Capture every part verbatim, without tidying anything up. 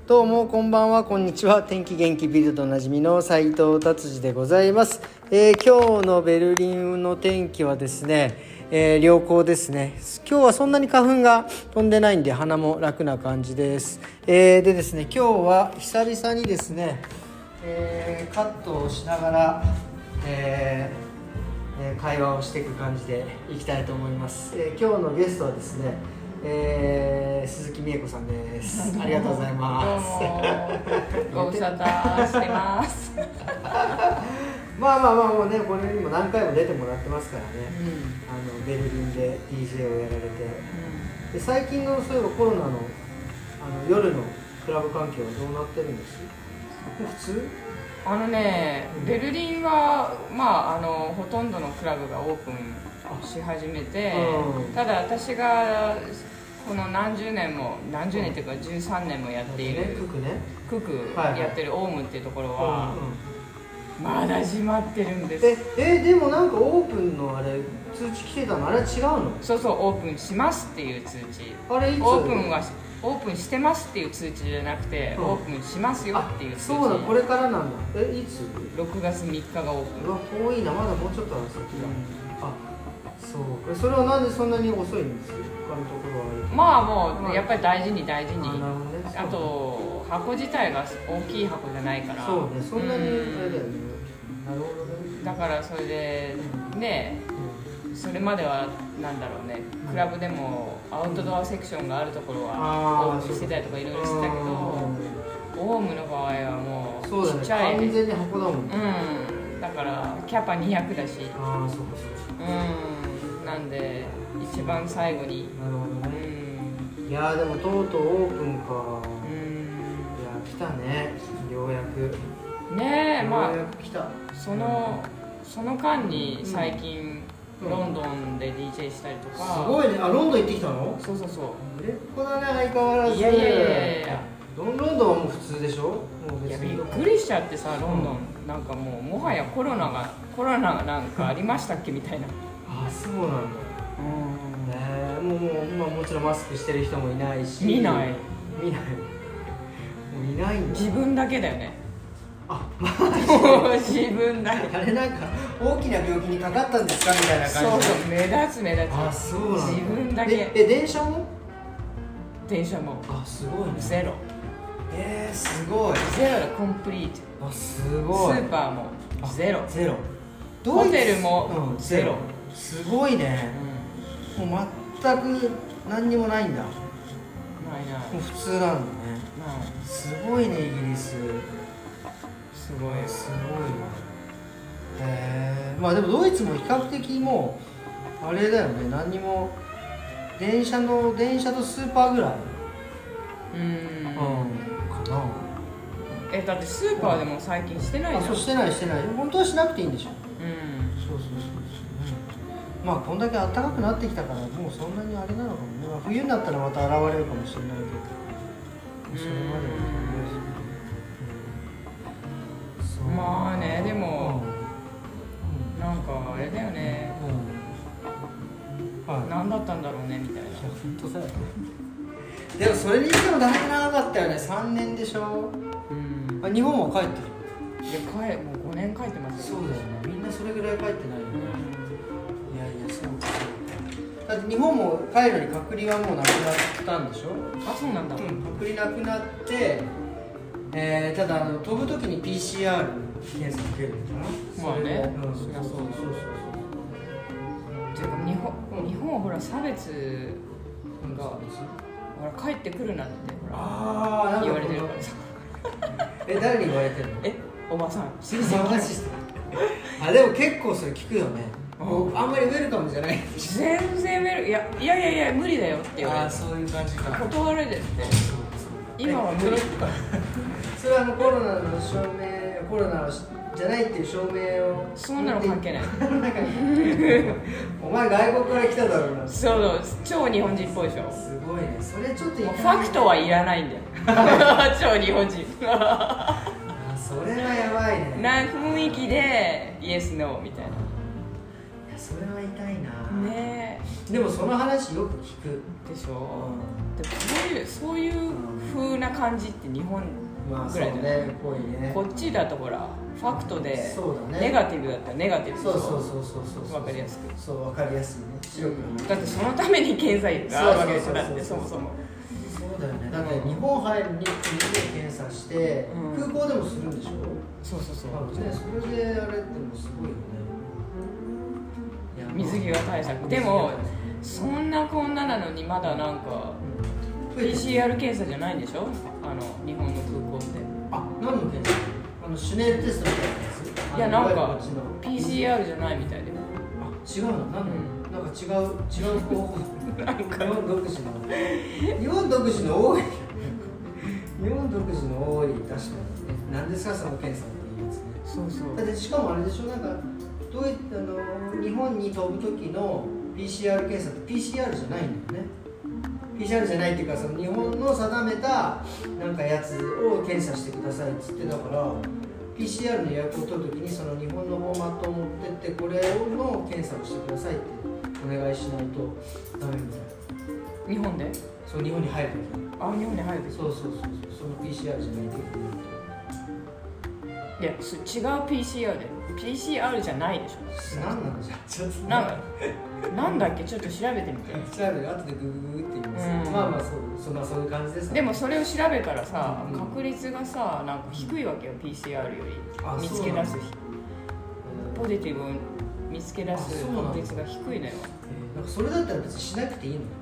どうもこんばんは、こんにちは。天気元気ビルドおなじみの斉藤達治でございます。えー、今日のベルリンの天気はですね、えー、良好ですね。今日はそんなに花粉が飛んでないんで鼻も楽な感じです。えー、でですね、今日は久々にですね、えー、カットをしながら、えー、会話をしていく感じでいきたいと思います。えー、今日のゲストはですね、えー、鈴木美恵子さんです。ありがとうございます。 どうもご無沙汰してます。 まあまあまあもうね、これにも何回も出てもらってますからね、 うん、 あのベルリンで ディージェー をやられて、うん、で最近のそういえばコロナの、あの夜のクラブ環境はどうなってるんです？普通？ あのね、うん、ベルリンは、まあ、あのほとんどのクラブがオープンし始めて、うん、ただ私がこの何十年も何十年っていうかじゅうさんねんもやっているククねククやってるオウムっていうところは、うんうん、まだ閉まってるんです。 ええでもなんかオープンのあれ通知来てたのあれは違うの？ そうそう、オープンしますっていう通知。 あれいつ？ オープンはオープンしてますっていう通知じゃなくて、うん、オープンしますよっていう通知。 そうだ、これからなんだ。えいつ？ ろくがつみっかがオープン。 うわ遠いな、まだもうちょっとある先だ、うん、あそうそれはなんでそんなに遅いんですか？他のところはある。 まあもうやっぱり大事に大事に。 あ, あ, ね、 あと箱自体が大きい箱じゃないから。 そうね、そんなにあれだよね。なるほどね。 だからそれでね、うん、それまではなんだろうね、クラブでもアウトドアセクションがあるところはオープンしてたりとかいろいろしてたけど、オウムの場合はもうちっちゃい、 そうだね、完全に箱だもんね。 うん、だからキャパにひゃくだし、 ああそうかそうか、 うん、なんで一番最後に。 なるほどね、うん、いやでもとうとうオープンか、うん、いや来たね、ようやくねえ、まあようやく来た。 そのその間に最近、うん、ロンドンで ディージェー したりとか。 すごいね。あ、ロンドン行ってきたの？ そうそうそう。 売れっ子だね、相変わらず。 いやいやいやいや、 ロンドンはもう普通でしょ？もういやびっくりしちゃってさ、ロンドン、うん、なんかもうもはやコロナがコロナがなんかありましたっけみたいな。 あ、そうなんだ。うん、ねえ、もうもう今もちろんマスクしてる人もいないし。 見ない見ない。もういないんだ。 自分だけだよね。 あ、マジ自分だけ。 あれなんか大きな病気にかかったんですかみたいな感じで。 そうそう、目立つ目立つ。 あ、そうなんだ。 自分だけ。 え、え電車も？ 電車も。 あ、すごいね。 ゼロ。 えー、すごい。 ゼロでコンプリート。 あ、すごい。 スーパーもゼロ。 ゼロ。 ホテルもゼロ。 うん、すごいね。うん、もう全く何にもないんだ。ないない。 もう普通なんだね。うん、すごいね、イギリス。 すごい。 すごいわ。へえ。まあでもドイツも比較的もうあれだよね。何にも電車の電車とスーパーぐらい。 うん。うん。 かな。 え、だってスーパーでも最近してないじゃん。 あ、そうしてないしてない。本当はしなくていいんでしょ。 うん。 そうそうそうそう。うん、まあこんだけ暖かくなってきたからもうそんなにあれなのかもね。まあ、冬になったらまた現れるかもしれないけど。それまでは。 まあね、でも、うん、なんかあれだよね、うん、はい、何だったんだろうねみたいな。 本当だよね。でもそれにしてもだいぶ長かったよね。さんねんでしょ。うん、あ、日本も帰ってる？ いや、帰もうごねん帰ってますよ。 そうだよね、みんなそれぐらい帰ってないよね、うん、いやいや、そうかそうか。だって日本も帰るのに隔離はもうなくなったんでしょ。 あ、そうなんだ、うん、 隔離なくなって、えー、ただあの飛ぶときに ピーシーアール 検査受けるのかな。 まあね、 うん、 そりゃそうだ。そうそうそう。ていうか日本、日本はほら差別が、ほら帰ってくるなってほら、あー、言われてるからさ。 え、誰に言われてるの？ え、おばさん、親戚。あ、でも結構それ聞くよね。あんまりウェルカムじゃない。 全然ウェル、いやいやいやいや無理だよって言われて。 あ、そういう感じか。 断られてって今は無理。 それはあのコロナの証明、コロナじゃないっていう証明を。 そんなの関係ない。 お前外国から来ただろうな。 そうそう、超日本人っぽいでしょ。 すごいね。それちょっとファクトはいらないんだよ。超日本人。 あ、それはやばいね。 なんか雰囲気でイエスノーみたいな。いや、それは痛いな。 ねえ。 でもその話よく聞くでしょ、うん、でもそういうそういう風な感じって日本ぐらいじゃない、まあねぽいね、こっちだとほらファクトで、ね、ネガティブだったらネガティブでしょ。 そうそうそうそうそう分かりやすくそう分かりやすいね白くだってそのために検査があるわけでしょ。だってそもそもそうだよね。だって日本入るに国で検査して、うん、空港でもするんでしょ。 そうそうそう、 ね、それであれってもすごいよね。 水際対策でもそんなこんななのにまだなんか、うん、ピーシーアール 検査じゃないんでしょ、あの日本の空港って。 あ、何の検査？あのシュネルテストみたいなやつ？ いやなんか ピーシーアール じゃないみたいで。 あ、違うの？なんだ、うん、なんか違う違う方法なんか日本独自の日本独自の多い日本独自の多い確かにね。何ですかその検査っていうやつね。 そうそう。 だってしかもあれでしょ、なんかどういったあの日本に飛ぶ時の ピーシーアール 検査って ピーシーアール じゃないんだよね。ピーシーアール じゃないっていうかその日本の定めたなんかやつを検査してくださいっつって、だから ピーシーアール の予約を取る時にその日本のフォーマットを持ってってこれの検査をしてくださいってお願いしないとダメみたいな。 日本で？ そう日本に入る時。 あ、日本に入る時。 そうそうそうそう、その ピーシーアール じゃないっていう。 いや、違う ピーシーアール で ピーシーアール じゃないでしょ。 何なのじゃちょっとなんかなんだっけ、ちょっと調べてみて。 調べて後でグググって言います、うん、まあまあそうそんなそういう感じです、ね、 でもそれを調べたらさ、うん、確率がさなんか低いわけよ、 ピーシーアール より見つけ出すポジティブを見つけ出す確率が低いのよ。 えー、なんかそれだったら別にしなくていいのよね。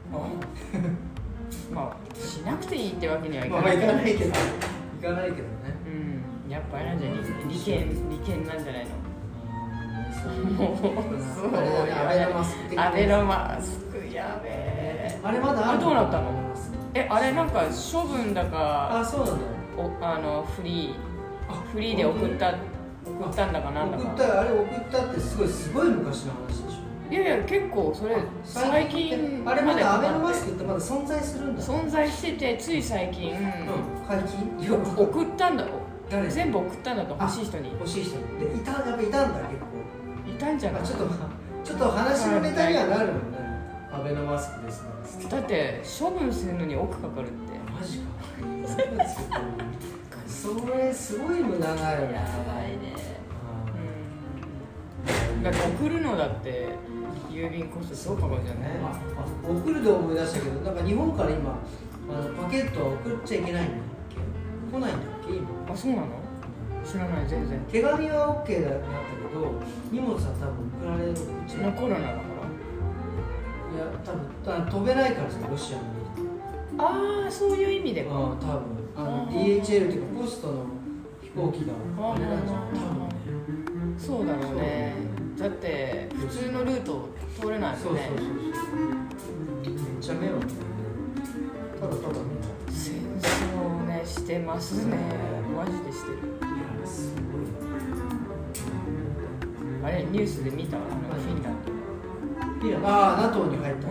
まあしなくていいってわけにはいかない、まあ、いかないけどいかないけどね。 うん、やっぱりなんじゃ理系理系なんじゃないの。もうそうアベノマスク。 アベノマスクやべえ。 あれまだあるの？ どうなったの？え、あれなんか処分だか。 あ、そうなんだ。 おあのフリーフリーで送った送ったんだかなんだか。 送ったあれ送ったってすごいすごい昔の話でしょ。 いやいや結構それ最近あれまだアベノマスクってまだ存在するんだ。 存在しててつい最近、うん、 解禁送ったんだろ。 誰？ 全部送ったんだと欲しい人に。 欲しい人に。でいたやっぱいたんだ結構。 いたんじゃない？ ちょっとちょっと話のネタにはなるもんね。アベノマスクですね。 だって処分するのに億かかるって。 マジか。それすごい無駄だよね。 やばいね。うん。だって送るのだって郵便コストすごくかかるじゃんね。 あ、送るで思い出したけど、なんか日本から今あのパケットは送っちゃいけないんだっけ？来ないんだっけ今？ あ、そうなの？知らない全然。 手紙は OK だったけど荷物は多分送られるの。 コロナだから。 いや多分飛べないからさロシアに。 ああ、そういう意味でか。 あ、多分あの ディーエイチエル っていうかポストの飛行機があれなんじゃない？多分ね。 そうだろうね。だって普通のルート通れないもんね。 そうそうそうそう。めっちゃ迷惑だね。ただただね。 戦争をねしてますね。マジでしてる。 いやすごい。 あれニュースで見た？あのフィンランド。 ああ、ナトー に入った。 うん、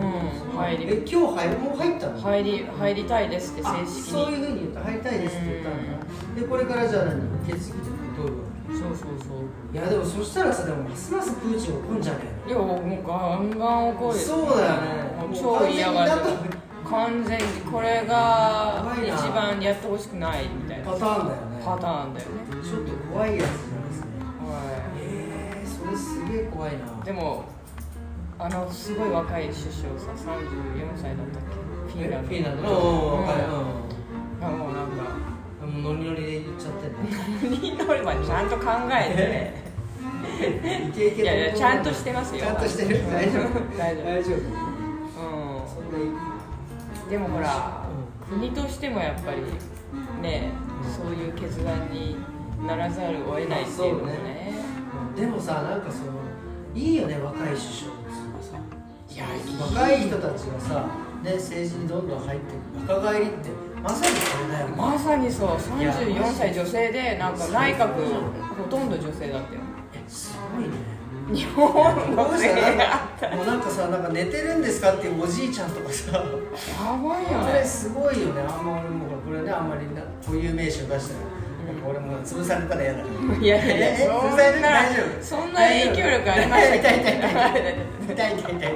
入り。 え、今日入もう入ったの？ 入り入りたいですって正式に。 そういうふうに言った。入りたいですって言ったんだ。でこれからじゃあ何決議でどういうわけ？そうそうそう。 いやでもそしたらさでもますますプーチン怒るんじゃねえの？いやもうガンガン怒る。 そうだよね。 超嫌がる。完全にこれが一番やってほしくないみたいな。 パターンだよね。 パターンだよね。 ちょっと怖いやつなんですね。 はい。 ええー、それすげえ怖いな。 でも。あのすごい若い首相さ、さんじゅうよんさいだったっけ？フィンランド。 フィンランドの若い。 あ、もうなんかもうノリノリで言っちゃってね。 ノリノリはちゃんと考えて。いやいやちゃんとしてますよ。 ちゃんとしてる。大丈夫。 大丈夫。 大丈夫。うん。 そんないい。でもほら、国としてもやっぱりね、そういう決断にならざるを得ないっていうのもね。 でもさ、なんかそのいいよね、若い首相。いや若い人たちがさ、ね、政治にどんどん入っていく若返りってまさにそれだよね。 まさにそう。さんじゅうよんさい女性でなんか内閣ほとんど女性だったよ。 え、すごいね。 日本のせいがもうなんかさ、なんか寝てるんですかっていうおじいちゃんとかさ、やばいよね。 これすごいよね。あんま俺もこれね、あんまりな固有名詞を出したら俺も潰されたら嫌だから。 いやいやいや、 潰されて大丈夫。 そんな影響力ありましたっけ？ 痛い痛い痛い痛い痛い痛い痛い痛い。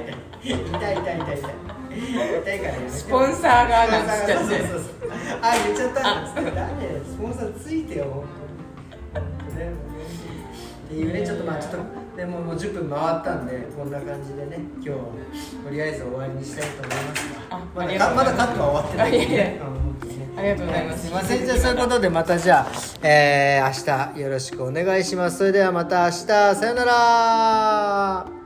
痛い痛い痛い痛い痛いからやめて。 スポンサーがなんつっちゃって。 そうそうそうそう。あ、言っちゃったんですけど、誰スポンサーついてよ本当に。ね、っていうね、ちょっとまあちょっとでももうじゅっぷん回ったんでこんな感じでね、今日はとりあえず終わりにしたいと思いますが、 あまだまだカットは終わってないんでね。 ありがとうございます。 すいません。じゃあそういうことでまたじゃあ、えー、明日よろしくお願いします。それではまた明日、さよなら。